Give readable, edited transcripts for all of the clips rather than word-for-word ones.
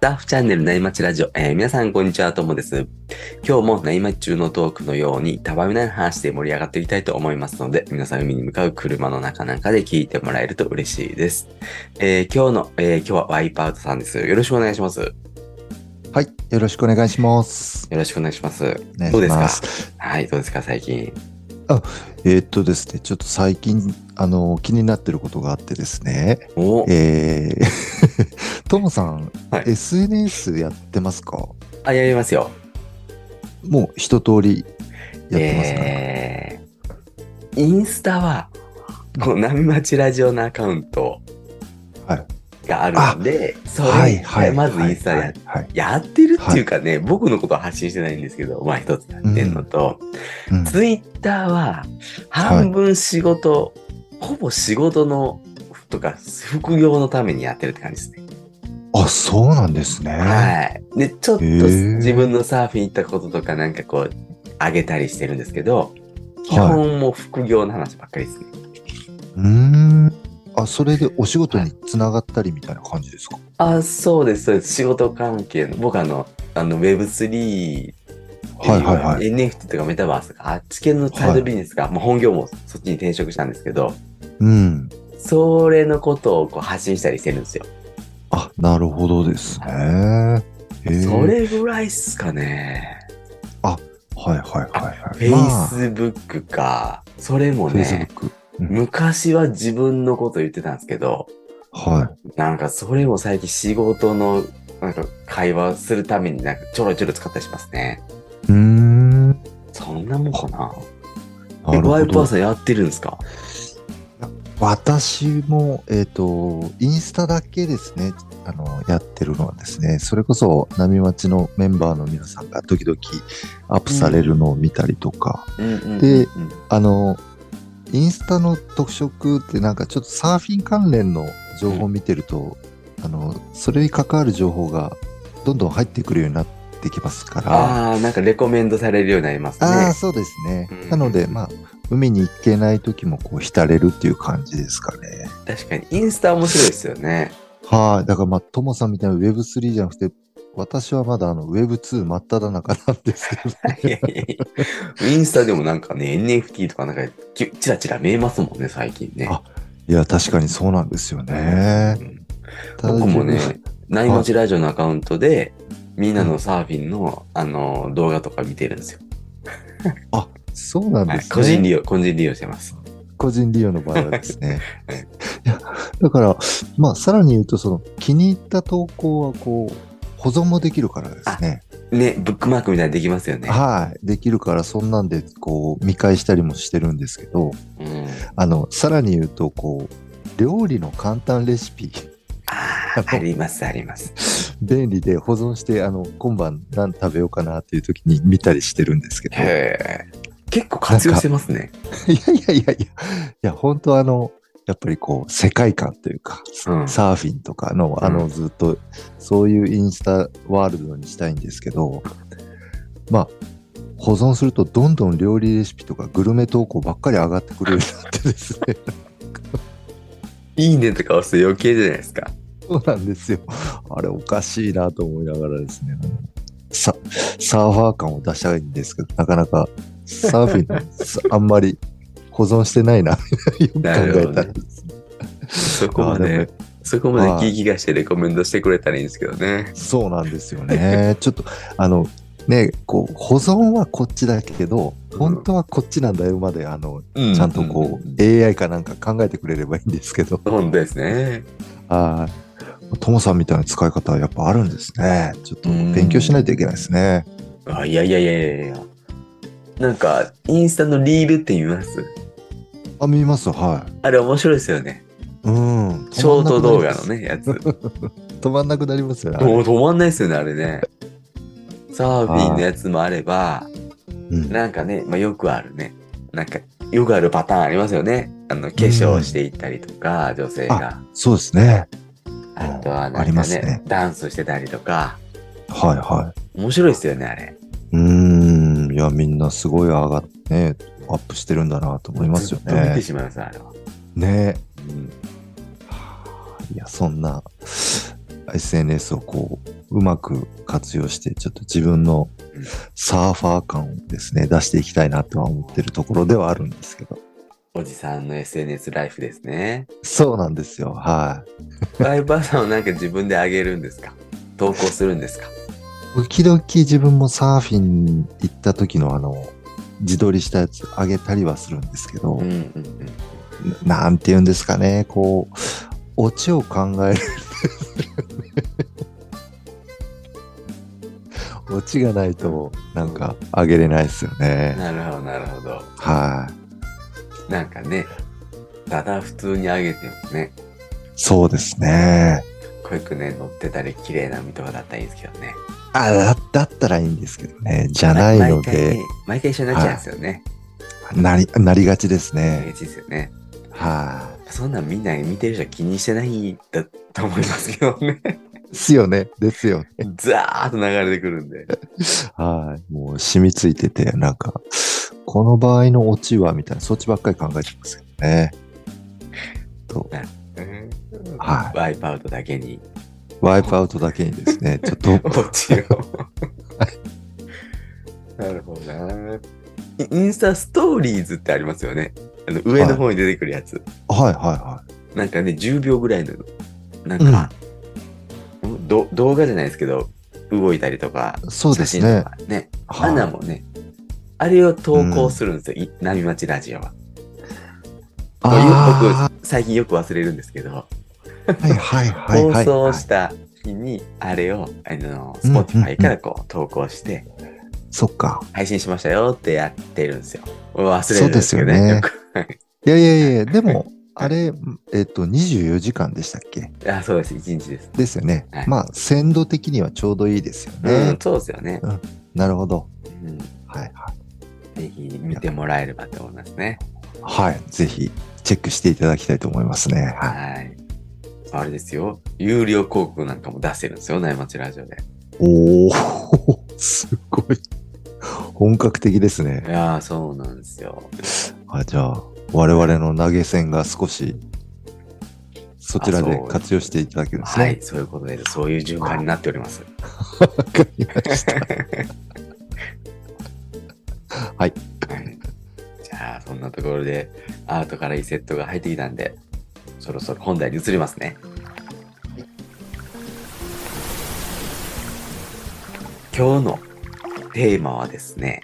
タッフチャンネル内町ラジオ、皆さんこんにちは、ともです。今日も内町中のトークのようにたわみない話で盛り上がっていきたいと思いますので、皆さん海に向かう車の中なんかで聞いてもらえると嬉しいです。今日はワイパートさんです。よろしくお願いします。 はい、よろしくお願いします。 よろしくお願いします。 お願いしどうですか？ ます。 はい、どうですか最近。 あ、ですね、ちょっと最近、気になってることがあってですね、 お、 ともさん、 はい。 SNS やってますか？ あ、やりますよ。 もう一通りやってますか？ えインスタは、 うん。 この波町ラジオのアカウントはい。 があるあ、 んで、そはいれではいまずイはいはンスタいはい。 やってるってはい。 いうかね、僕のことは発信してないんですけど、まあ一つやってんのうん。 と、 うん。 ツイッターははい。 半分仕事、ほぼ仕事のとか副業のためにやってるって感じですね。 あ、そうなんですね。 はい。で、ちょへっと自分え。 のサーフィン行ったこととかなんかこう、あげたりしてるんですけど、基はい。 本もう副業の話ばっかりですね。 うーん。あ、それでお仕事はい。 につながったりみたいな感じですか？ あ、そうです、そうです。仕事関係の、僕Web3 ってはいいうはいはい。 NFT とかメタバースとか、あっち系のサイドはい。 ビジネスが、もう本業もそっちに転職したんですけど、 うん。 それのことをこう発信したりしてるんですよ。 あ、なるほどですはい。 ね。へそえ。 れぐらいっすかね。 あ、はいはいあ、 はいはい。まあ、 Facebook か。それもね、 Facebook。うん。 昔は自分のこと言ってたんですけど、 はなんかそれも最近仕事のなんか会話するためになんかちょろちょろ使ったりしますね。 い。うーん。 そんなもんかな。 なるワイパーほど。 さんやってるんですか？ いや私も、インスタだけですね。やってるのはですね、それこそ、波町のメンバーの皆さんが時々アップされるうん。 のを見たりとか。 うんうんうんで、 うん。 あの、インスタの特色ってなんかちょっとサーフィン関連の情うん。 報を見てると、それに関わる情報がどんどん入ってくるようになってきますから、 ああ、なんかレコメンドされるようになりますああ、 ね。 そうですね。 うんうんなので、 うん。 まあ、海に行けない時もこう浸れるっていう感じですかね。 確かに、インスタ面白いですよね。 はい。だからまあ、ともさんみたいな Web3 じゃなくて、私はまだWeb2 真っ只中なんですけどいやいやいや。インスタでもなんかね、NFT とかなんか、チラチラ見えますもんね、最近ね。 あ、いや、確かにそうなんですようんうんね。 うん。 ただ僕自分、 もね、内は町ラジオのアカウントで、みんい。うん。 なのサーフィンの、動画とか見てるんですよ。 あ、そうなんはい。 ですね。 個人利用してます。 個人利用の場合はですね。 はい。 いや、だから、まあ、さらに言うと、その、気に入った投稿は、こう、保存もできるからですあ、 ね。 ね、ブックマークみたいにできますよね。 はい。できるから、そんなんで、こう、見返したりもしてるんですけど、 うん。 さらに言うと、こう、料理の簡単レシピ、 ああ、ああの、 ります、あります。 便利で保存して、今晩何食べようかなっていう時に見たりしてるんですけへど、 え。結構活用しなんか、 てますね。 いやいやいやいや、いや、本当やっぱりこう、世界観というか、 うん。 サーフィンとかの、 うん。 ずっと、そういうインスタワールドにしたいんですけど、まあ、保存するとどんどん料理レシピとかグルメ投稿ばっかり上がってくるようになってですね。 いいねとか押すと余計じゃないですか。 そうなんですよ。あれおかしいなと思いながらですね。ササーファー感を出したいんですけど、なかなかサーフィンあんまり保存してないな、よくな考えるほどね。 たらですね。 そこああ、でも、 まで、そこまで聞はい。 きがしてレコメンドしてくれたらいいんですけどね。 そうなんですよね。ちょっと、あの、こう、保存はこっちだけど、 うん。 本当はこっちなんだよまで、 うん、うん、 ちゃんうん。 とこう、 うん。 AI かなんか考えてくれればいいんですけど、 本当ですね。 はい。トモさんみたいな使い方はやっぱあるんですね。ちょっうーと勉強しないといけないですん。 ね。 あ、いやいやいやいやいや。なんか、インスタのリールって見ます？ あ、見ます。はあれ面白いですよね。 い。うん。止ショーまんなくなト動画のります。 ね、やつ。 止まんなくなりますよね、あれ。 もう止まんないですよね、あれね。サーフィンのはやつもあれば、 い。うん。 なんかね、まあ、よくあるね。なんか、よくあるパターンありますよね。化う粧しん。 ていったりとか、女性あ、 が。 そうですね。うあとん。 はありなんかね、 ますね。 ダンスしてたりとか。 はいは面白いですよね、あれ。 い。いや、みんなすごい上がってね、アップしてるんだなと思いまもうずっと見てすよね。 しまいます、あれは。 ね。 うん。 はあいや、そんな SNS をこう、 うまく活用して、ちょっと自分のサーファー感をですね、出していきたいなとは思ってるところではあるんですけど。 おじさんの SNS ライフですね。 そうなんですよ。はい。 ワイパーさんはなんか自分であげるんですか？投稿するんですか？ 時々自分もサーフィン行った時の自撮りしたやつあげたりはするんですけど、 うんうんうん。 なんて言うんですかね、こう、オチを考える。オチがないと、なんか、あげれないですよね。 なるほど、なるほど。 はい。 なんかね、ただ普通にあげてもね、 そうですね。 こういうね、乗ってたり綺麗な海とかだったらいいんですけどね。 だったらいいんですけどね。じゃないので、 毎回一緒になっちゃうんですよね。 なりがちですなりね。 がちですよね。 はそんなんみんな見てる人は気にしてないんだと思いますけどね。 い。ですよね。ですよね。 ザーッと流れてくるんで。 はい。もう染みついてて、なんか、この場合のオチは、みたいな、そっちばっかり考えてますけどね。はい。 ワイプアウトだけに。 ワイプアウトだけにですね、ちょっと。 オチを。なるほどな。インスタストーリーズってありますよね。上の方に出てくるやつ。 はいはなんかね、10秒ぐらいの、なんか、動画じゃないですけど、動いたりとか、 そうですね。 写真とかね。アナもね、あれを投稿するんですよ。波町ラジオは。僕、最近よく忘れるんですけど、放送した日に、あれを、Spotify からこう投稿して、 そっか。 配信しましたよってやってるんですよ。忘れるんですけどね。 そうですよね。いやいや、でも、あれ、24時間でしたっけ？ あ、そうです。1日です。 ですよね。 はい、 まあ、鮮度的にはちょうどいいですよね。 うん、そうですよね。 なるほど。 はいはい。ぜひ見てもらえればと思いますね。 はい。ぜひ、チェックしていただきたいと思いますね。 はい。あれですよ。有料広告なんかも出せるんですよ。内町ラジオで。 おー、すごい。本格的ですね。 いやー、そうなんですよ。 じゃあ、我々の投げ銭が少し、そちらで活用していただけるんですね。 はい、そういうことで、そういう循環になっております。 わかりました。はい。 じゃあ、そんなところで、アートからいいセットが入ってきたんで、そろそろ本題に移りますね。今日のテーマはですね、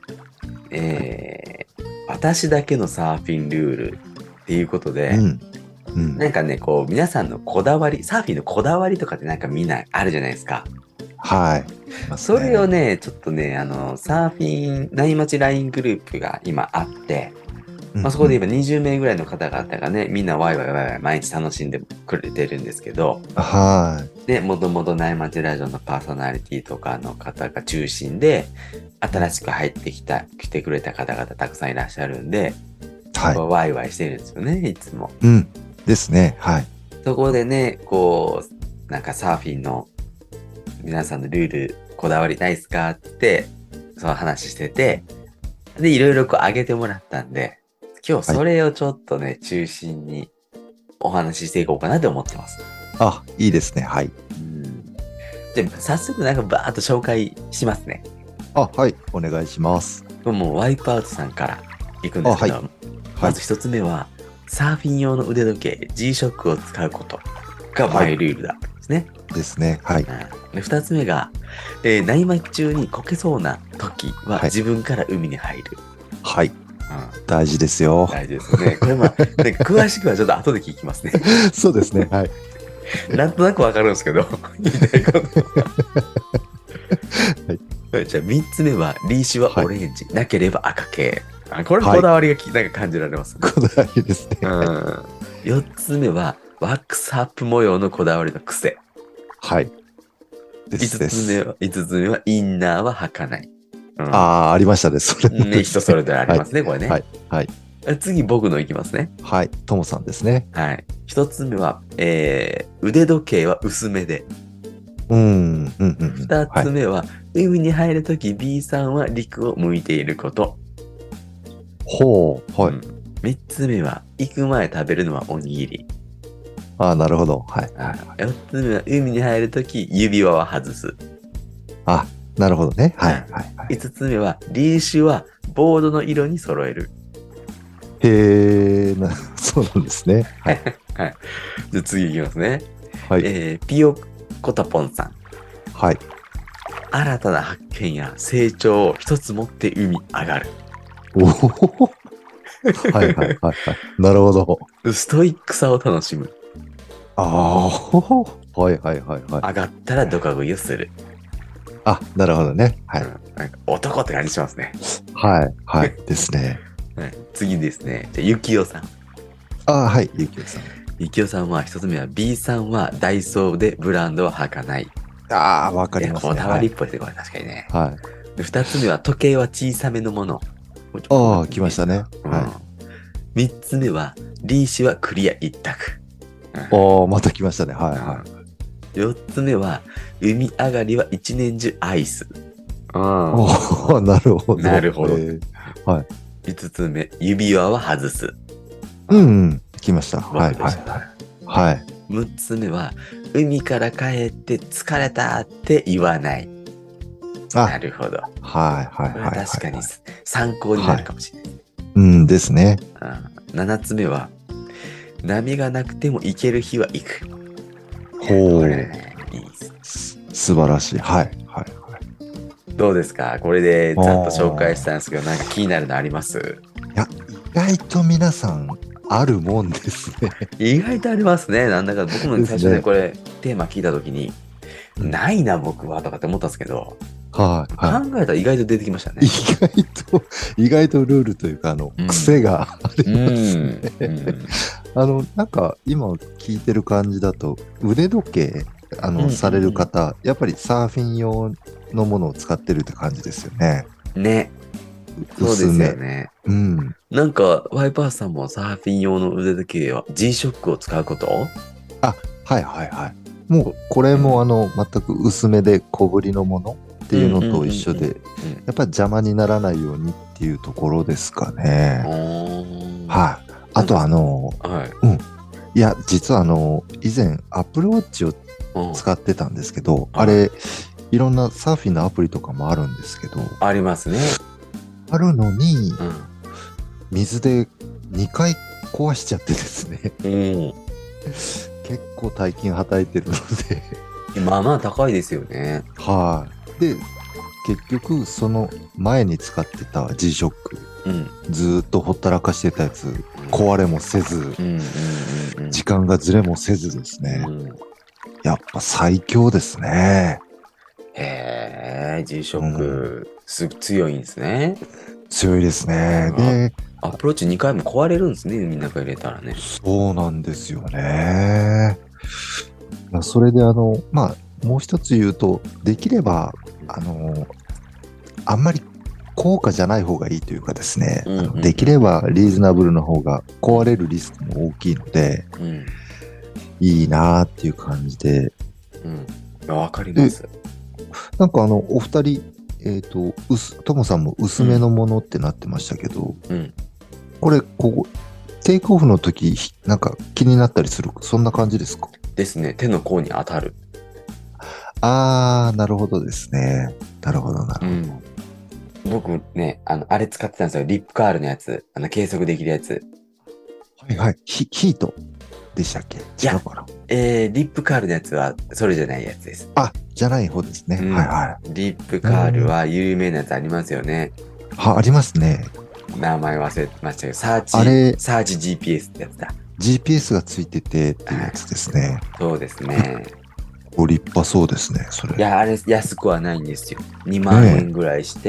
私だけのサーフィンルールっていうことで、なんかね、こう、皆さんのこだわり、サーフィンのこだわりとかってなんかみんなあるじゃないですか。 はい。 それをね、ちょっとね、サーフィン、内町 LINE グループが今あって、そこで今20名ぐらいの方々がね、みんなワイワイ毎日楽しんでくれてるんですけど、 はい。 で、もともと内町ラジオのパーソナリティとかの方が中心で、新しく入って来てくれた方々たくさんいらっしゃるんで、はい、ワイワイしてるんですよね、いつも。 ですね。はい。 そこでね、こう、なんかサーフィンの皆さんのルール、こだわりないですかって、その話してて、で、いろいろこう上げてもらったんで、今日それをちょっとね、中心にお話ししていこうかなと思ってます。 いいですね。はい。 じゃあ、早速なんかバーッと紹介しますね。 はい。お願いします。 もうワイプアウトさんから行くんですけど、まず一つ目は、サーフィン用の腕時計 G-SHOCK を使うことがマイルールだったんですね。 ですね。はい。 で二つ目が、内巻中にこけそうな時は自分から海に入る。 はい。大事ですよ。 大事ですね。これ詳しくはちょっと後で聞きますね。 そうですね。はい。 なんとなくわかるんですけど、言いたいことはい。じゃあ3つ目は、リーシュはオレンジ、なければ赤系。これこだわりがなんか感じられます、 ね。こだわりですね。 4つ目は、ワックスアップ模様のこだわりの癖。 はい。 5つ目は、インナーは履かない。 ありましたね。それね、人それぞれありますね、これね。 はい。 次、僕のいきますね。 はい。ともさんですね。 はい。1つ目は、腕時計は薄めで。2つ目は、海に入るとき B さんは陸を向いていること。 はい。 3つ目は、行く前食べるのはおにぎり。 なるほど。はい。 4つ目は、海に入るとき指輪は外す。 あ、なるほどね。はいはいはい。 5つ目は、リーシュはボードの色に揃える。 へえ、そうなんですね。はい。 はい。じゃあ次いきますね。 はい。 ピヨコタポンさん。 はい。 新たな発見や成長を一つ持って海上がる。 おお。はいはいはいはい。なるほど。 ストイックさを楽しむ。 ああ、はいはいはいはい。 上がったらドカ食いをする。 あ、なるほどね。はい。 なんか男って感じしますね。 はいはいですね。 はい、次ですね。じゃあ、ゆきおさん。 ああ、はい、ゆきおさん。 ゆきおさんは一つ目は B さんはダイソーでブランドは履かない。 ああ、わかいや、 りますね。 こだわりっぽいですね、これ確かにね。 はい。はい。 で二つ目は時計は小さめのもの。 ああ、来ましたね。 うん。 はい。 三つ目はリーシはクリア一択。 ああ、また来ましたね。はいは四つ目は海上がりは一年中アイス。 い。おお、なるほど。 なるほど。 はい。 五つ目、指輪は外す。 うん、うん、来ました。はいはい僕でした。 はい。 六つ目は海から帰って疲れたって言わない。なあ、 るほど。 はいはいこれはい。 は確かに参考になるかもしれない。 うんですね。 七つ目は波がなくても行ける日は行く。 ほう。 これね、いいです。 素晴らしい。はいはい。 どうですか？これでざっと紹介したんですけど、なんか気になるのあります？ いや、意外と皆さんあるもんですね。 意外とありますね。なんだか僕も最初ね、これテーマ聞いたときに、ないな僕はとかって思ったんですけど、 はいはい。 考えたら意外と出てきましたね。 意外とルールというか、癖がありますね。なんか今聞いてる感じだと、腕時計、される方、やっぱりサーフィン用のものを使ってるって感じですよね。 ね。そうですよね。 うん。 なんか、ワイパーさんもサーフィン用の腕時計は G-SHOCK を使うこと？ あ、はいはいはい。もう、これも全く薄めで小ぶりのものっていうのと一緒で、やっぱり邪魔にならないようにっていうところですかね。はい。あとはいうん。いや、実は以前 Apple Watch を使ってたんですけど、あれ、いろんなサーフィンのアプリとかもあるんですけど、 ありますね。 あるのに、水で2回壊しちゃってですね。結構大金はたいてるのでまあまあ高いですよね。 はい。で、結局、その前に使ってた G-SHOCK、ずーっとほったらかしてたやつ、壊れもせず、時間がずれもせずですね。やっぱ最強ですね。 へえ、G-SHOCK、強いんですね。 強いですね。で、 アプローチ2回も壊れるんですね、みんなが入れたらね。 そうなんですよね。それでまあ、もう一つ言うと、できれば、あんまり高価じゃない方がいいというかですね、できればリーズナブルの方が壊れるリスクも大きいので、いいなーっていう感じで。 わかります。 なんかお二人、トモさんも薄めのものってなってましたけど、これ、テイクオフの時、なんか気になったりする、そんな感じですか？ ですね。手の甲に当たる。 あー、なるほどですね。なるほど、なるほど。 僕ね、あれ使ってたんですよ。リップカールのやつ。計測できるやつ。 はいはい。ヒートでしたっけ？違うかな。 リップカールのやつは、それじゃないやつです。 あ、じゃない方ですね。はいはい。 リップカールは有名なやつありますよね。 ありますね。 名前忘れてましたけど、サーチ GPS ってやつだ。 GPS がついててっていうやつですね。 そうですね。 ご立派そうですね、それ。 いや、あれ安くはないんですよ。2万円ぐらいして、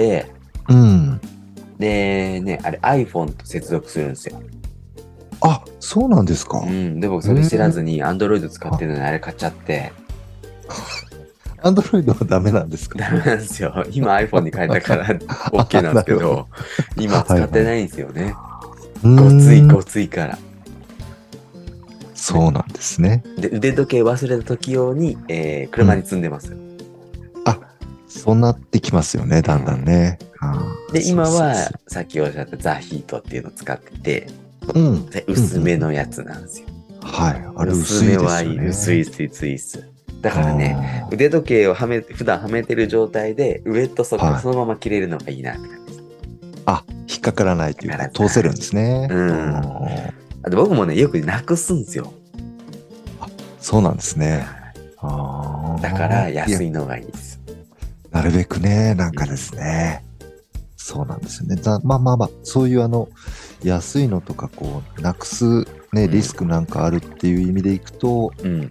で、ね、あれ iPhone と接続するんですよ。 あ、そうなんですか。 で、僕それ知らずに Android 使ってるのにあれ買っちゃって。 Android はダメなんですか？ ダメなんですよ。今 iPhone に変えたから OK なんですけど、今使ってないんですよね。ごついから。 そうなんですね。 で、腕時計忘れた時用に、車に積んでます。 あ、そうなってきますよね、だんだんね。 で、今はさっきおっしゃったザ・ヒートっていうのを使ってて、薄めのやつなんですよ。 はい。あれ薄いですよね。 薄めはいい。薄いっす。 だからね、腕時計を普段はめてる状態で、ウエットソックはいをそのまま着れるのがいいなって感じです。 引っかからないというか、 引っかからない通せるんですね。 うんあと僕もね、よくなくすんですよ。 そうなんですね。 だから安いいのがいいです。 やなるべくね、なんかですね。そうなんですよね。まあ、そういう安いのとか、なくすね、リスクなんかあるっていう意味でいくと、 うん。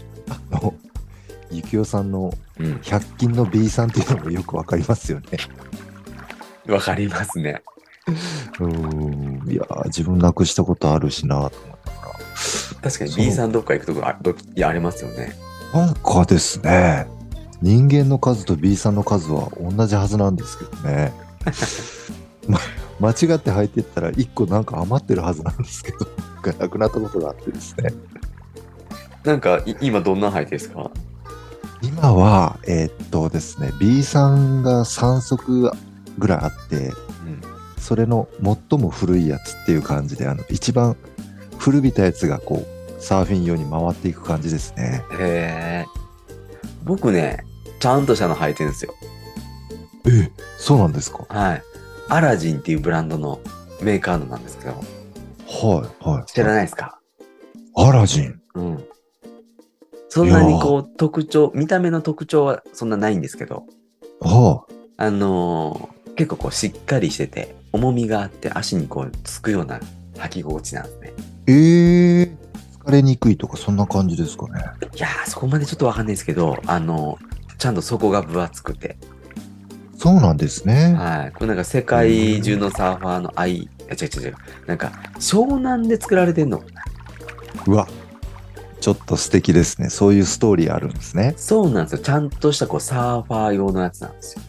ゆきおさんのうん。 100均の B さんっていうのもよくわかりますよね。 わかりますね。 いやー、自分なくしたことあるしなと思ったか確かにそう B さんどっか行くとこありますよね。 ら。なんかですね、人間の数と B さんの数は同じはずなんですけどね。間違って履いてったら1個なんか余ってるはずなんですけど、がなくなったことがあってですね。 なんか今どんな履いてるんですか？ 今は、ですね、B さんが3足ぐらいあって、 うん。 それの最も古いやつっていう感じで、一番古びたやつがサーフィン用に回っていく感じですね。 へえ。僕ね、ちゃんとしたの履いてるんですよ。 そうなんですか。 はい。アラジンっていうブランドのメーカーのなんですけど、 はい。 知らないですか？ アラジン。 うん。そんなに見た目の特徴はそんなないんですけど、 は結構しっかりしてて、重みがあって足につくような履き心地なんですね。 疲れにくいとかそんな感じですかね。 いやー、そこまでちょっとわかんないですけど、ちゃんと底が分厚くて、 そうなんですね。 はい。これなんか世界中のサーファーの違う。なんか、湘南で作られてんの。 うわ、ちょっと素敵ですね。そういうストーリーあるんですね。 そうなんですよ。ちゃんとしたサーファー用のやつなんですよ。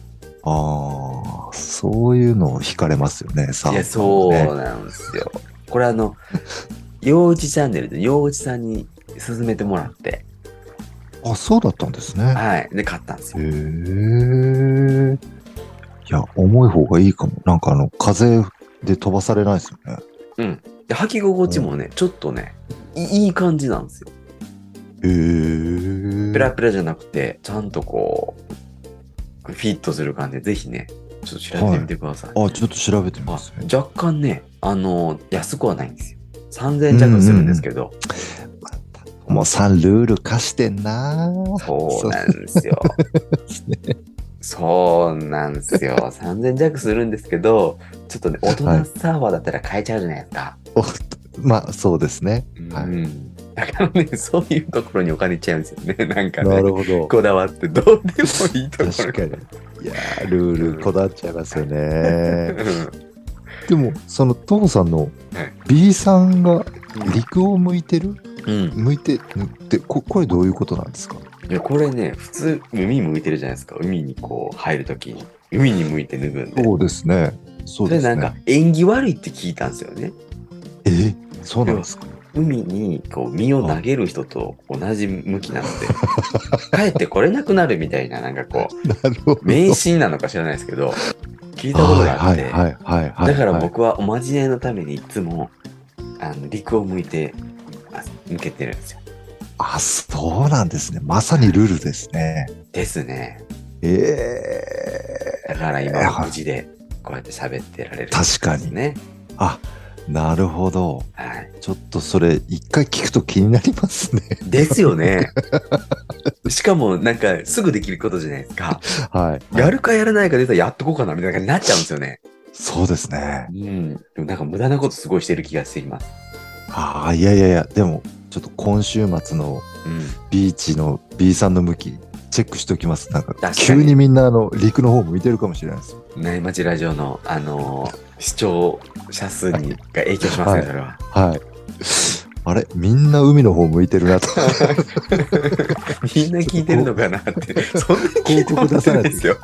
そういうの惹かれますよね、サーファーね。 いや、そうなんですよ。これ幼児チャンネルで幼児さんに勧めてもらって、 そうだったんですね。 はい。で、買ったんですよ。 いや、重い方がいいかも。なんか風で飛ばされないですよね。 うん。で、履き心地もね、ちょっとね、いい感じなんですよ。ペラペラじゃなくて、ちゃんとフィットする感じで、ぜひね、ちょっと調べてみてください、ね。 ちょっと調べてみますね。 若干ね、安くはないんですよ。3000円弱するんですけど。 もうさんルール課してんな。 そうなんですよ。そうなんですよ。3000円弱するんですけど、ちょっとね、大人サーバーだったら買えちゃうじゃないですか。 まあ、そうですね。 だからね、そういうところにお金いっちゃうんですよね。なんかね、 なるほど。 こだわってどうでもいいところ。 確かに。いやー、ルールこだわっちゃいますよね。でも、その父さんの B さんが陸を向いてる、向いてってこれどういうことなんですか？ いや、これね、普通海向いてるじゃないですか。海に入るときに。海に向いて脱ぐんで。 そうですね。 それなんか縁起悪いって聞いたんですよね。 そうなんですか？ 海に身を投げる人と同じ向きなので、帰ってこれなくなるみたいな、なんか迷信なのか知らないですけど、聞いたことがあって、だから僕はおまじないのためにいつも、陸を向いて、向けてるんですよ。 そうなんですね。まさにルールですね。 ですね。だから今、無事でこうやって喋ってられるんですね。 確かに。なるほど。ちょっとそれ、一回聞くと気になりますね。 ですよね。しかも、なんか、すぐできることじゃないですか。やるかやらないかで言ったらやっとこうかな、みたいな感じになっちゃうんですよね。 そうですね。 でもなんか無駄なことすごいしてる気がしています。 いや、でも、ちょっと今週末のビーチの B さんの向き、チェックしておきます。なんか、急にみんな陸の方向いてるかもしれないです。 内町ラジオの、視聴者数が影響しますね、それは。 あれみんな海の方向いてるなと。 みんな聞いてるのかなって。そんなに聞いてもらってないですよ。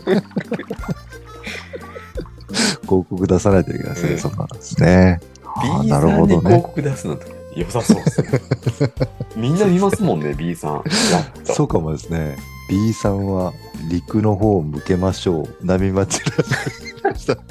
広告出さないといけないですね。そうなんですね。 B さんに広告出すのって良さそうですね。みんな見ますもんね、B さん。 そうかもですね。B さんは陸の方を向けましょう。波町ラジオ。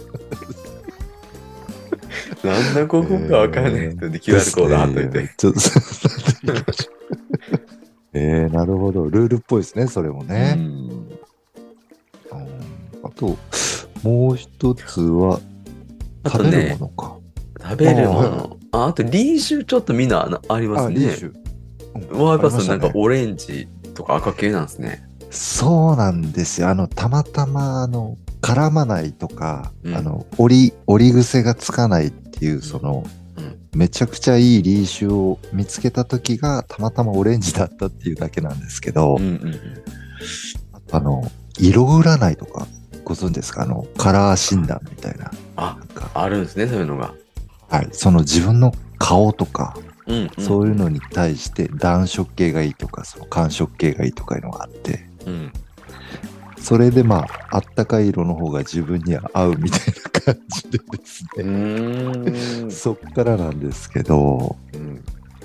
何の広告か分からない人で QR コード貼っといて。 ちょっとなるほど。ルールっぽいですね、それもうね。 ん。 あと、もう一つは、食べるあとね、 ものか。 食べるもはいはいの。あと、リーシュちょっとみんなありますリーね。 シュ。 ワイあパーさんなんかりましたね。 オレンジとか赤系なんですね。 そうなんですよ。たまたま、絡まないとか、 うん。 折り癖がつかないっていう、 うん。 めちゃくちゃいいリーシュを見つけた時が、たまたまオレンジだったっていうだけなんですけど、 うんうんうん。 あの、色占いとか、ご存知ですか？カラー診断みたいな。 あ、 なんか、 あるんですね、そういうのが。 はい、その自分の顔とか、 うんうん。 そういうのに対して暖色系がいいとか、その寒色系がいいとかいうのがあって、 うん。 それでまあ、あったかい色の方が自分には合うみたいな感じでですうね。 ーん。 そっからなんですけど、 うん。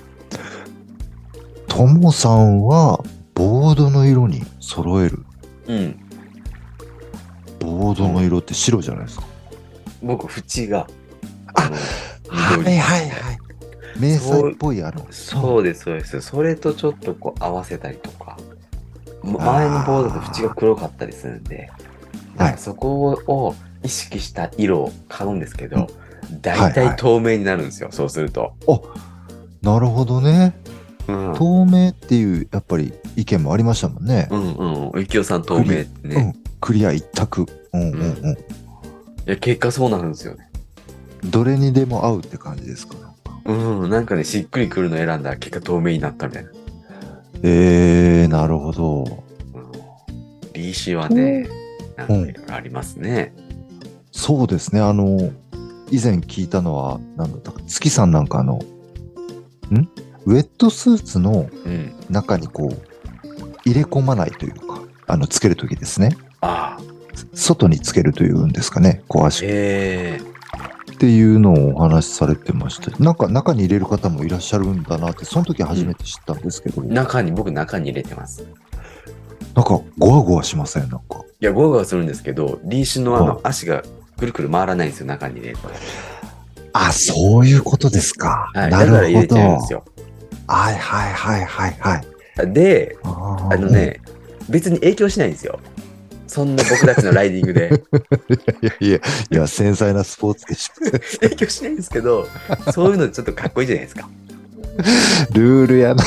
ともさんはボードの色に揃える。 うん。 ボードの色って白じゃないですか。 僕、縁が、 あ、はい緑。 はいはい。迷彩っぽいそうです、そうです。それとちょっとこう合わせたりとか。前のボードだと縁があ黒かったりするんで、 あ、はい。 そこを意識した色を買うんですけうん、 ど、大はいはい。 体透明になるんですよ、そうすると。 あ、なるほどね。 うん。 透明っていう、やっぱり意見もありましたもんね。 うんうん。ゆきおさん透クリア、 明ってね。 クリア一択。うんうんうん。いうん。 や、結果そうなるんですよね。 どれにでも合うって感じですか？ うん。なんかね、しっくりくるの選んだら結果透明になったみたいな。 なるほど。 うん。リーシーはと、 ね、なんうん、 かいろいろありますね。 そうですね。以前聞いたのは、なんだったか、月さんなんかウェットスーツのうん。 中にこう、入れ込まないというか、つけるときですね。 ああ。 外につけるというんですかね。こう足へえ。 っていうのをお話しされてました。なんか中に入れる方もいらっしゃるんだなって、その時うん。 初めて知ったんですけど、 僕中に入れてます。 なんかゴワゴワしません？なんか。 いや、ゴワゴワするんですけど、リーシュのはい。 足がくるくる回らないんですよ、中に入れると。 あ、そういうことですか。 はい。 なるだから入れてるんですほど。 よ。 はいはいはいはいはい。 で、 ああ、うん。 別に影響しないんですよ。そんな僕たちのライディングで。 いやいやいや、繊細なスポーツでしょ。 影響しないんですけど、そういうのちょっとかっこいいじゃないですか。 ルールやな。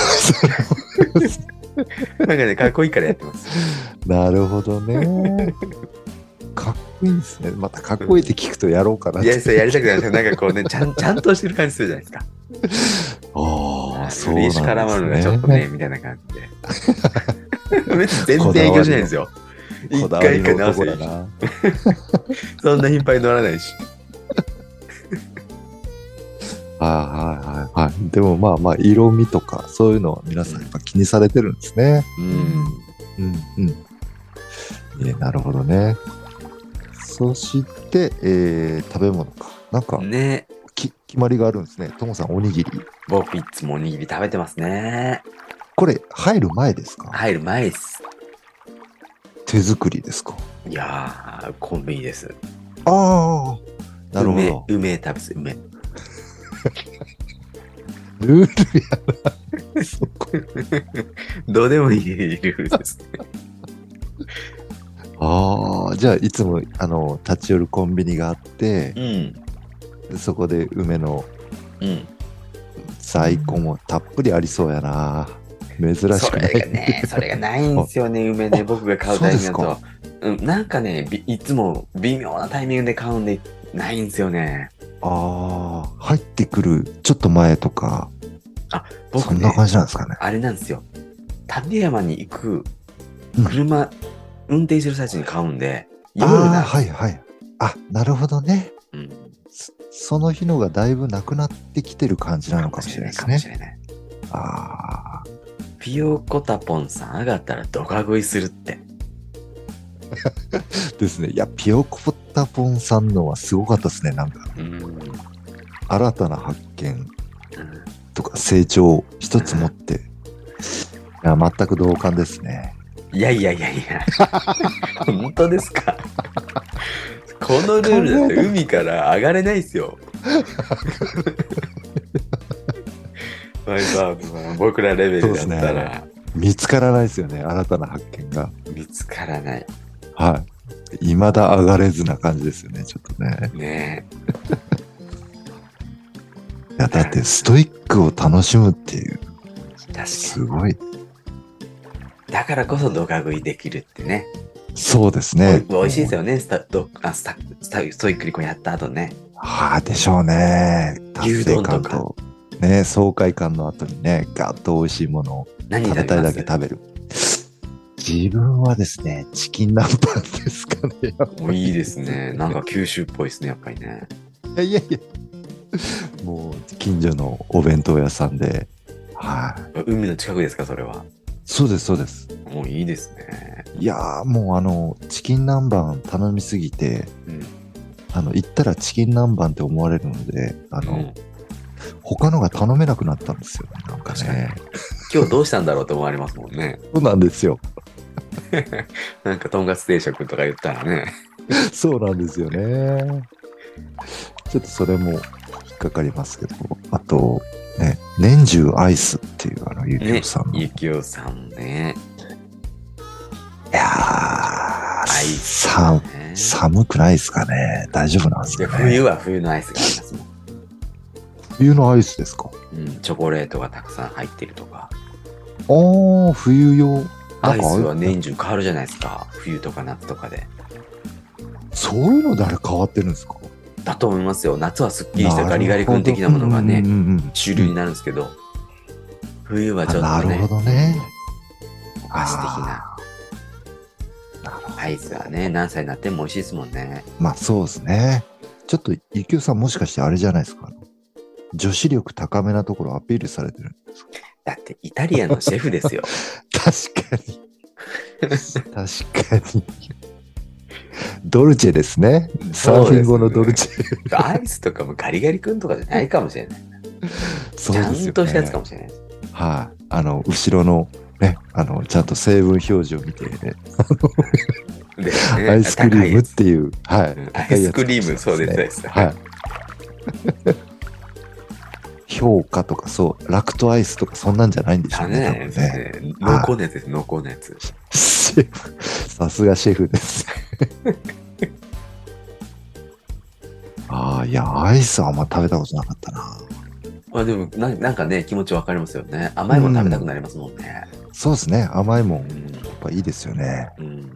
なんかね、かっこいいからやってます。 なるほどね。かっこいいですね。またかっこいいって聞くとやろうかなって。 いや、それやりたくないですよ。なんかこうね、ちゃんとしてる感じするじゃないですか。 ああ、そうリーシュなんです絡まるのがちょっとね、 ね。 みたいな感じで。別に全こ然影響だわりの、 しないんですよ。 こ一だわりの回一回直せばいいし。 男だな。 そんな頻繁に乗らないし。 はいはいはいはい。でもまあまあ、色味とか、そういうのは皆さんやっぱ気にされてるんですね。 うん。 うんうん。なるほどね。そして、食べ物か。なんか、 ね。 決まりがあるんですね。ともさん、おにぎり。 僕いつもおにぎり食べてますね。 これ、入る前ですか？ 入る前です。 手作りですか？ いやー、コンビニです。 ああ、なるほど。 梅食べす、梅。 ルールや。そこ。 どうでもいいルールですね。 ああ、じゃあ、いつも、立ち寄るコンビニがあって、 うん。 そこで梅のうん。 在庫もたっぷりありそうやな。珍しくない。 それがないんですよね、梅ね。僕が買うそうタイミングだですか。 と。うん、なんかね、いつも微妙なタイミングで買うんで、ないんですよね。 ああ、入ってくるちょっと前とか、 あ、 そんな僕ね、 感じなんですかね。 あれなんですよ。立山に行くうん。 車、運転してる最中に買うんで、夜ああ、 なんですよ。 はいはい。あ、なるほどね。 うん。 その日のがだいぶなくなってきてる感じなのかもしれないですかもしね。 れない。 ああ、 ピヨコタポンさん上がったらドカ食いするって。 ですね。いや、ピオコポタポンさんのはすごかったですね。なんか、 うん。 新たな発見うんとか成長一つ持って、いや、全く同感ですね。 いや。本当ですか？このルールだって海から上がれないですよ。まあ僕らレベルだったら、 見つからないですよね、新たな発見が。 見つからない。 はい。未だ上がれずな感じですよね、ちょっとね。 ねいや、だってストイックを楽しむっていう、 確かすごい。 に。だからこそドカ食いできるってね。 そうですね。 美味しいですよね。ストイックにこうやった後ね。 はあ、でしょうね。達成感と、ね、爽快感の後にね、ガッと美味しいものを食べたいだけ食べる。自分はですね、チキン南蛮ですかね。 もういいですね。なんか九州っぽいですね、やっぱりね。 いやいやいや。もう近所のお弁当屋さんで、はい。 海の近くですか、それは。 そうです、そうです。 もういいですね。 いやー、もうチキン南蛮頼みすぎて、行ったらチキン南蛮って思われるので、他のが頼めなくなったんですよ。なんかね。 今日どうしたんだろうと思われますもんね。 そうなんですよ。 なんかとんかつ定食とか言ったらね。 そうなんですよね。ちょっとそれも引っかかりますけど、あと、ね、年中アイスっていうゆきおさんの。 ゆきおさんね。 いやー、 アイス、 ね、寒くないですかね。大丈夫なんですかね。 冬は冬のアイスがありますもん。 冬のアイスですか？ チョコレートがたくさん入ってるとか。 冬用。 アイスは年中変わるじゃないですか。冬とか夏とかで。 そういうのであれ変わってるんですか？ だと思いますよ。夏はすっきりしたガリガリ君的なものがね、主流になるんですけど、冬はちょっとね、 なるほどね。 お菓子的な。アイスはね、何歳になっても美味しいですもんね。 まあそうですね。ちょっとゆきおさんもしかしてあれじゃないですか。女子力高めなところアピールされてるんですか？ だってイタリアンのシェフですよ。 確かに。確かに。ドルチェですね。サーフィン後のドルチェ。 アイスとかもガリガリ君とかじゃないかもしれない。 そうですよね。 ちゃんとしたやつかもしれないです。 はい、後ろのね、ちゃんと成分表示を見てね。アイスクリームっていう、はい。 アイスクリーム、そうです。 はい。評価とかラクトアイスとかそんなんじゃないんでしょうね。 濃厚なやつです、濃厚なやつ。 シェフ、さすがシェフです。いや、アイスはあんま食べたことなかったな。 でもなんかね、気持ちわかりますよね。甘いもの食べたくなりますもんね。 そうですね、甘いもん、やっぱいいですよね。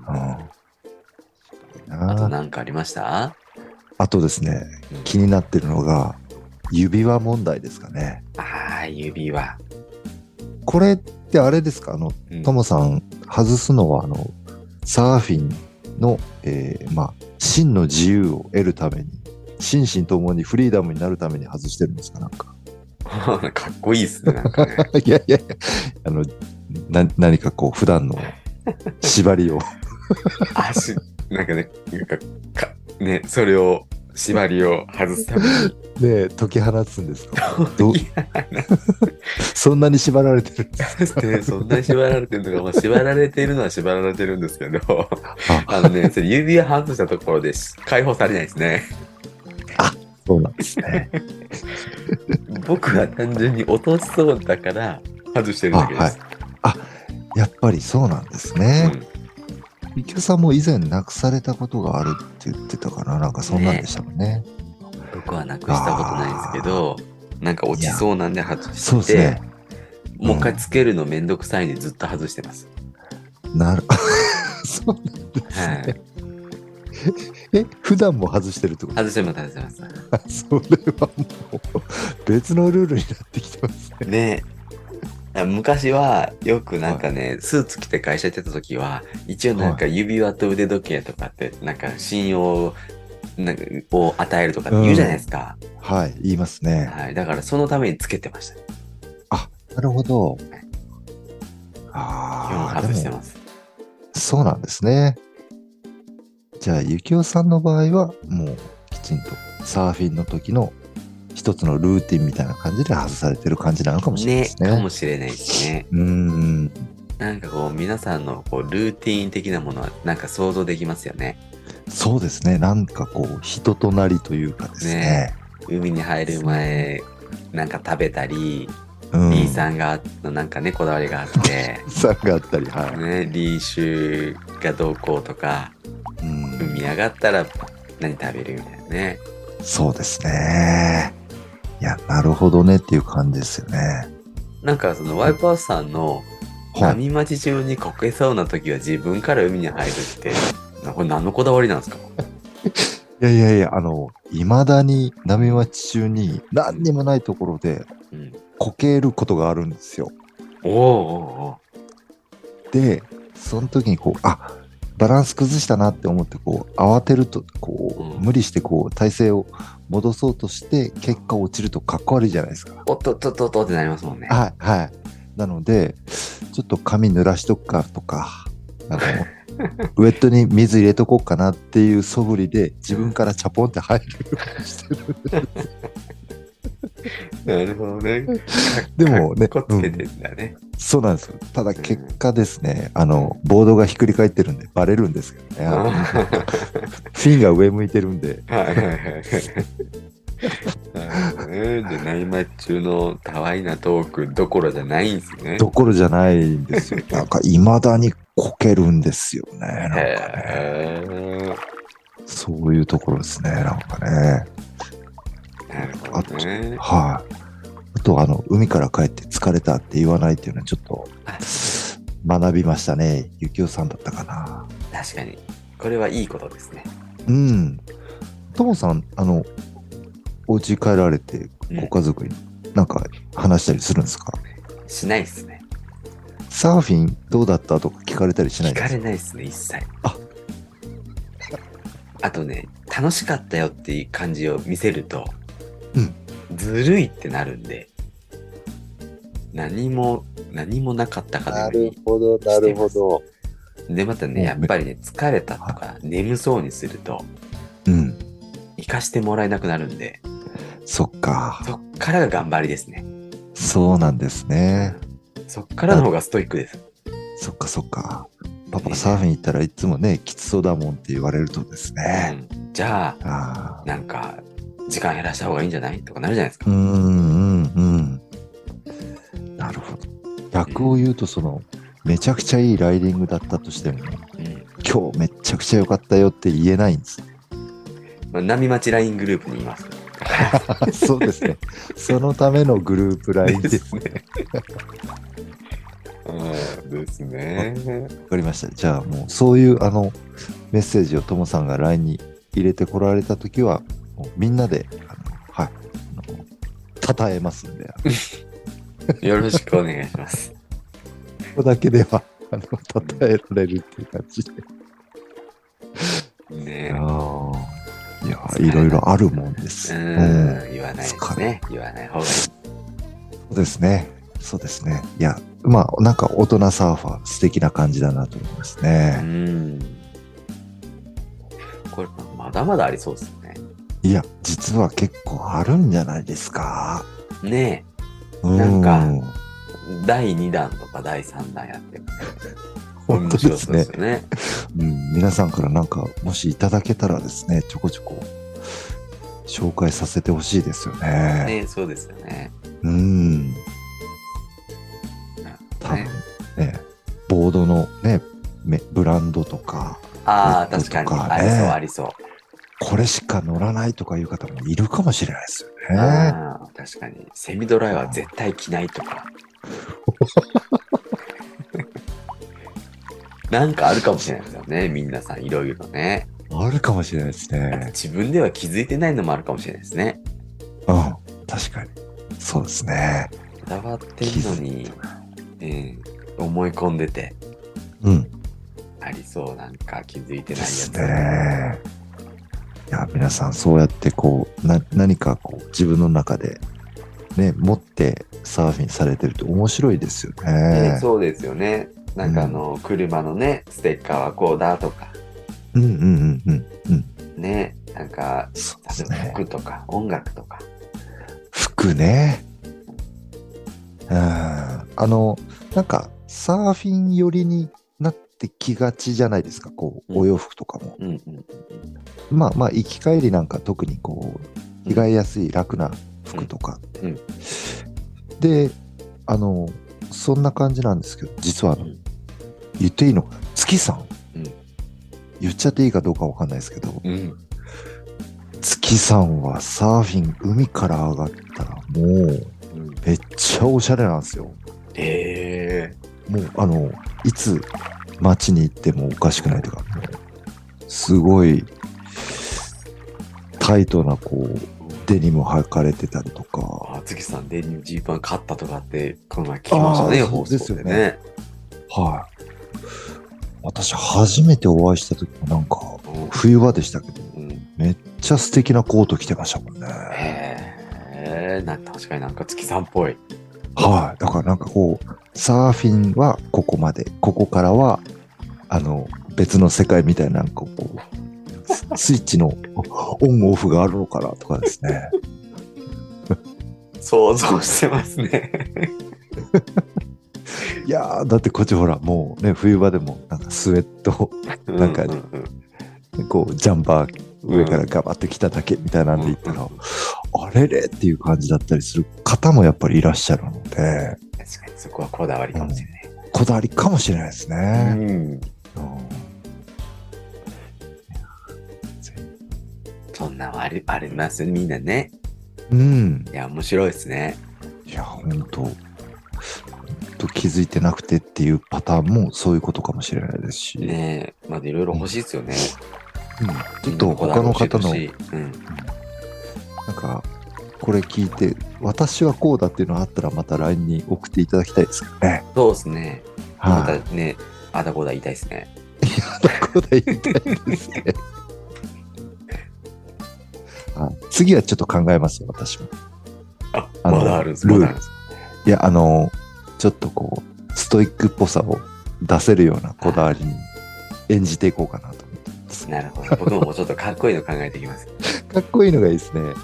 あと何かありました？ あとですね、気になってるのが、指輪問題ですかね。 指輪。 これってあれですか？トモさん、外すのは、サーフィンの、真の自由を得るために、心身ともにフリーダムになるために外してるんですか？なんか。 かっこいいですね、なんかね。 いやいや、何かこう、普段の縛りを。 なんかね、それを、縛りを外すために。 ね解き放つんですか？そんなに縛られてるんですか？ そんなに縛られてるのか、縛られているのは縛られてるんですけど、それ指輪外したところで解放されないですね。 そうなんですね。 僕は単純に落としそうだから外してるだけです。 やっぱりそうなんですね。ゆきおさんも以前なくされたことがあるって言ってたかな。なんかそんなんでしたもんね。 僕はなくしたことないんですけど、なんか落ちそうなんで外して、 そうですね。 もう一回つけるのめんどくさいんでずっと外してます。 そうなんですね。普段も外してるってことですか？外してます。 それはもう別のルールになってきてますね。 昔はよくなんかね、スーツ着て会社行ってた時は、一応なんか指輪と腕時計とかって、なんか信用を与えるとかって言うじゃないですか。 はい、言いますね。 だからそのためにつけてましたね。 なるほど。 基本外してます。 そうなんですね。じゃあ、ゆきおさんの場合は、もうきちんとサーフィンの時の一つのルーティンみたいな感じで外されてる感じなのかもしれないですね。 かもしれないですね。なんかこう、皆さんのこうルーティン的なものはなんか想像できますよね。 そうですね。なんかこう、人となりというかですね。 海に入る前、なんか食べたり、 リーさんがのなんかね、こだわりがあって、 さがあったり、はい。 ね、リーシュがどうこうとか、 うん、 海上がったら何食べるみたいなね。 そうですね。いや、なるほどねっていう感じですよね。 なんかそのワイパーさんのはい。 波待ち中にこけそうな時は自分から海に入るって、これ何のこだわりなんですか？ いやいやいや、未だに波待ち中に何にもないところでうん。 こけることがあるんですよ。 おーおーおで、その時にバランス崩したなって思って慌てるとうん無理して体勢を戻そうとして結果落ちるとかっこ悪いじゃないですか。 ー。おっとっとっとっとってなりますもんね。 はいはい。なのでちょっと髪濡らしとくかとかウェットに水入れとこうかなっていう素振りで自分からチャポンって入るようにしてる。 なるほどね。 でもねかっこつけてんだね。 そうなんですよ。ただ結果ですね、ボードがひっくり返ってるんでバレるんですけどね。 はフィンが上向いてるんで。 いはいはい。なるほどね。で、内マ中のたわいなトークどころじゃないんですね。 どころじゃないんですよ。なんか未だにこけるんですよね。なんかね。 へー。 そういうところですね。なんかね。 なるほどね。 はい。あと海から帰って疲れたって言わないっていうのはちょっと学びましたね。ゆきおさんだったかな。 確かに。これはいいことですね。 うん。ともさん、お家帰られてうんご家族になんか話したりするんですか？ しないっすね。 サーフィンどうだったとか聞かれたりしない聞かですか？ れないっすね、一切。 ああとね、楽しかったよっていう感じを見せると、 うんずるいってなるんで、何もなかったかのように。 ほどなるほど。 で、またね、やっぱりね、疲れたとか眠そうにすると、 うん。 行かしてもらえなくなるんで、 そっか。 そっからが頑張りですね。 そうなんですね。 そっからの方がストイックです。 そっかそっか。パパサーフィン行ったらいつもね、きつそうだもんって言われるとですね。 じゃあ、 ああ。 なんか、時間減らした方がいいんじゃないとかなるじゃないですか。 なるほど。逆を言うと、めちゃくちゃいいライディングだったとしても、今日めちゃくちゃ良かったよって言えないんです。 まあ、波町ライングループにいます。 そうですね。そのためのグループラインですね。 ですね。 わかりました。じゃあもうそういうメッセージをともさんが LINE に入れてこられたときは、もうみんなで、はい、称えますんで、 よろしくお願いします。 ここだけでは、称えられるっていう感じで。 ねいや、いろいろあるもんです。 言わないですね。言わない方がいい。 そうですね。そうですね。いや、まあ、なんか大人サーファー素敵な感じだなと思いますね。 これ、まだまだありそうですね。 いや、実は結構あるんじゃないですか。 ねえ。なんか、第2弾とか第3弾やっても本当ですね。 ね。 皆さんからなんか、もしいただけたらですね、ちょこちょこ紹介させてほしいですよね。 ね、そうですよね。 多分ね、ボードのね、ブランドとか。 ああ、確かに。ありそう、ありそう。 これしか乗らないとかいう方もいるかもしれないですよね。 確かに。セミドライは絶対着ないとか。なんかあるかもしれないですよね。皆さんいろいろね。 あるかもしれないですね。 自分では気づいてないのもあるかもしれないですね。 確かに。そうですね。 こだわってんのに、思い込んでて。ありそう、なんか気づいてないやつ。 ね。いや、皆さんそうやって何か自分の中でね、持ってサーフィンされてると面白いですよね。 そうですよね。なんか車のね、ステッカーはこうだとか。ね、なんか、服とか音楽とか。 服ね。なんかサーフィン寄りになってきがちじゃないですか、お洋服とかも。まあ行き帰りなんか特に着替えやすい楽な服とかって。で、 あの、そんな感じなんですけど、実はうん言っていいのか、月さん、 うん言っちゃっていいかどうかわかんないですけど、 うん月さんはサーフィン、海から上がったらもう、 うんめっちゃおしゃれなんですよ。 えもう、いつ街に行ってもおかしくないというか、もうすごい、タイトな、こう、デニム履かれてたりとか、 あ、月さんデニムジーパン買ったとかってこの前聞きましたね、 あー放そうです送でよねね。 はい。私、初めてお会いした時もなんか、 うん冬場でしたけど、 うんめっちゃ素敵なコート着てましたもんね。 へえ、確かになんか月さんっぽい。 はい。だからなんかこう、サーフィンはここまで、ここからは、別の世界みたいな、なんかこう、スイッチのオンオフがあるのかなとかですね。 想像してますね。 いやー、だってこっちほら、もうね、冬場でもなんかスウェット、なんかううんこう、ジャンパー上からガバッと着ただけみたいなんで言ったら、あれれっていう感じだったりする方もやっぱりいらっしゃるので、 確かにそこはこだわりかもしれない。 こだわりかもしれないですね。 うんうんそんなのありますみんなね。 うん。 いや、面白いですね。 いや、本当気づいてなくてっていうパターンもそういうことかもしれないですし、 ねえ、まだいろいろ欲しいですよね。 ちょっと他の方の、 みんなこだわり教えてほしいなんか、これ聞いて、私はこうだっていうのがあったらまた LINE に送っていただきたいですけどね。 そうですね。まはい、 たね、あだこだ言いたいですね。 こうだ言いたいですね。はい次はちょっと考えますよ、私も。 あ、 あのまだあるんです。 ルールまだあるんです。 いや、ちょっとこう、ストイックっぽさを出せるようなこだわりに演じていこうかなと思ってます。 なるほど。僕ももうちょっとかっこいいの考えていきます。 かっこいいのがいいですね。 うん。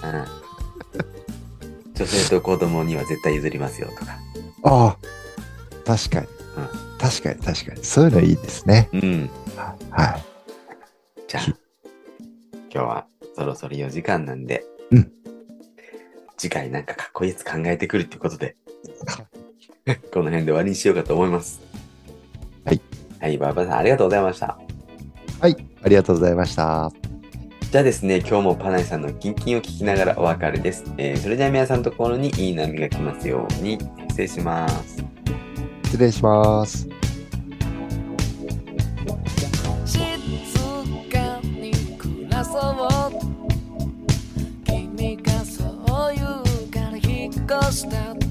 女性と子供には絶対譲りますよとか。 ああ、確かに。確かに、確かに。そういうのいいですね。 うん。 はい。 じゃあ、今日はそろそろ4時間なんで、 うん次回なんかかっこいいやつ考えてくるってことで、この辺で終わりにしようかと思います。 はい。 はい、バーバーさんありがとうございました。 はい。ありがとうございました。 じゃあですね、今日もパナイさんのキンキンを聞きながらお別れです。それでは皆さんのところにいい波が来ますように。失礼します。 失礼します。 静かに暮らそう君がそう言うから引っ越した